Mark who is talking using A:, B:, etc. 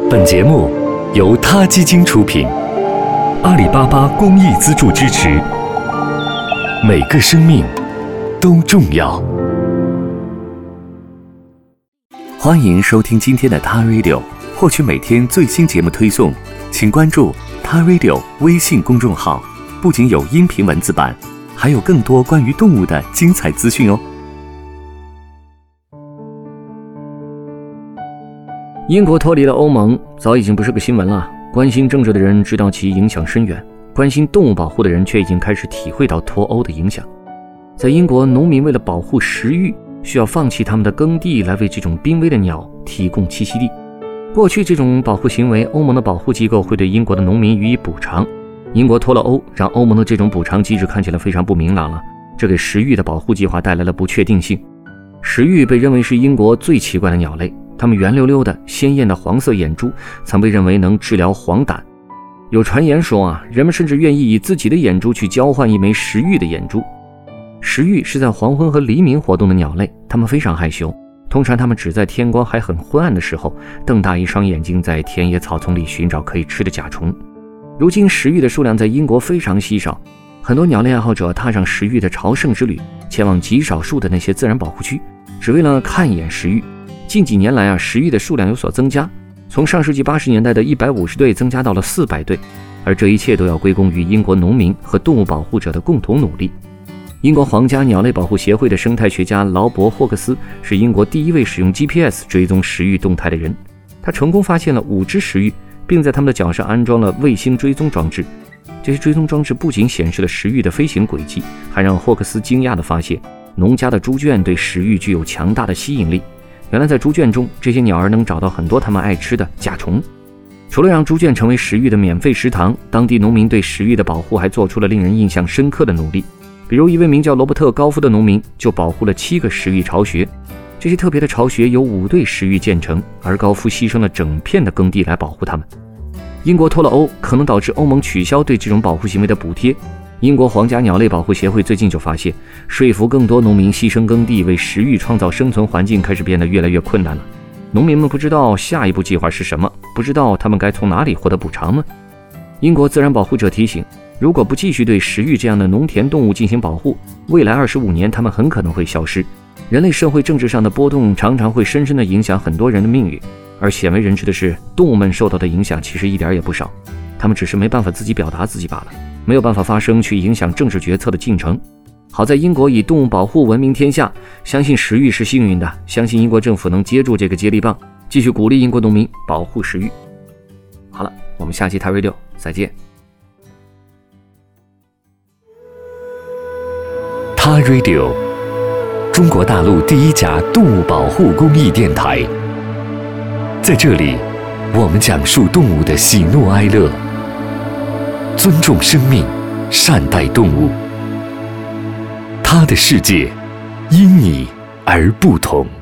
A: 本节目由他基金出品，阿里巴巴公益资助支持。每个生命都重要。欢迎收听今天的他 Radio， 获取每天最新节目推送，请关注他 Radio 微信公众号，不仅有音频文字版，还有更多关于动物的精彩资讯哦。
B: 英国脱离了欧盟早已经不是个新闻了，关心政治的人知道其影响深远，关心动物保护的人却已经开始体会到脱欧的影响。在英国，农民为了保护食欲，需要放弃他们的耕地来为这种濒危的鸟提供栖息地。过去这种保护行为，欧盟的保护机构会对英国的农民予以补偿。英国脱了欧，让欧盟的这种补偿机制看起来非常不明朗了，这给食玉的保护计划带来了不确定性。食玉被认为是英国最奇怪的鸟类，它们圆溜溜的鲜艳的黄色眼珠曾被认为能治疗黄疸。有传言说人们甚至愿意以自己的眼珠去交换一枚食玉的眼珠。食玉是在黄昏和黎明活动的鸟类，它们非常害羞，通常它们只在天光还很昏暗的时候瞪大一双眼睛，在田野草丛里寻找可以吃的甲虫。如今食玉的数量在英国非常稀少，很多鸟类爱好者踏上食玉的朝圣之旅，前往极少数的那些自然保护区，只为了看一眼食玉。近几年来食玉的数量有所增加，从上世纪80年代的150对增加到了400对，而这一切都要归功于英国农民和动物保护者的共同努力。英国皇家鸟类保护协会的生态学家劳勃·霍克斯是英国第一位使用 GPS 追踪食玉动态的人，他成功发现了5只食玉，并在他们的脚上安装了卫星追踪装置。这些追踪装置不仅显示了食玉的飞行轨迹，还让霍克斯惊讶地发现，农家的猪圈对食玉具有强大的吸引力。原来在猪圈中，这些鸟儿能找到很多它们爱吃的甲虫。除了让猪圈成为食玉的免费食堂，当地农民对食玉的保护还做出了令人印象深刻的努力。比如一位名叫罗伯特·高夫的农民就保护了7个食玉巢穴，这些特别的巢穴由5对食玉建成，而高夫牺牲了整片的耕地来保护它们。英国脱了欧可能导致欧盟取消对这种保护行为的补贴。英国皇家鸟类保护协会最近就发现，说服更多农民牺牲耕地为食玉创造生存环境开始变得越来越困难了。农民们不知道下一步计划是什么，不知道他们该从哪里获得补偿呢？英国自然保护者提醒，如果不继续对食玉这样的农田动物进行保护，未来25年它们很可能会消失。人类社会政治上的波动常常会深深地影响很多人的命运，而鲜为人知的是，动物们受到的影响其实一点也不少，它们只是没办法自己表达自己罢了，没有办法发声去影响政治决策的进程。好在英国以动物保护闻名天下，相信食玉是幸运的，相信英国政府能接住这个接力棒，继续鼓励英国农民保护食玉。好了，我们下期他 Radio 再见。
A: 他 Radio， 中国大陆第一家动物保护公益电台。在这里，我们讲述动物的喜怒哀乐，尊重生命，善待动物。他的世界因你而不同。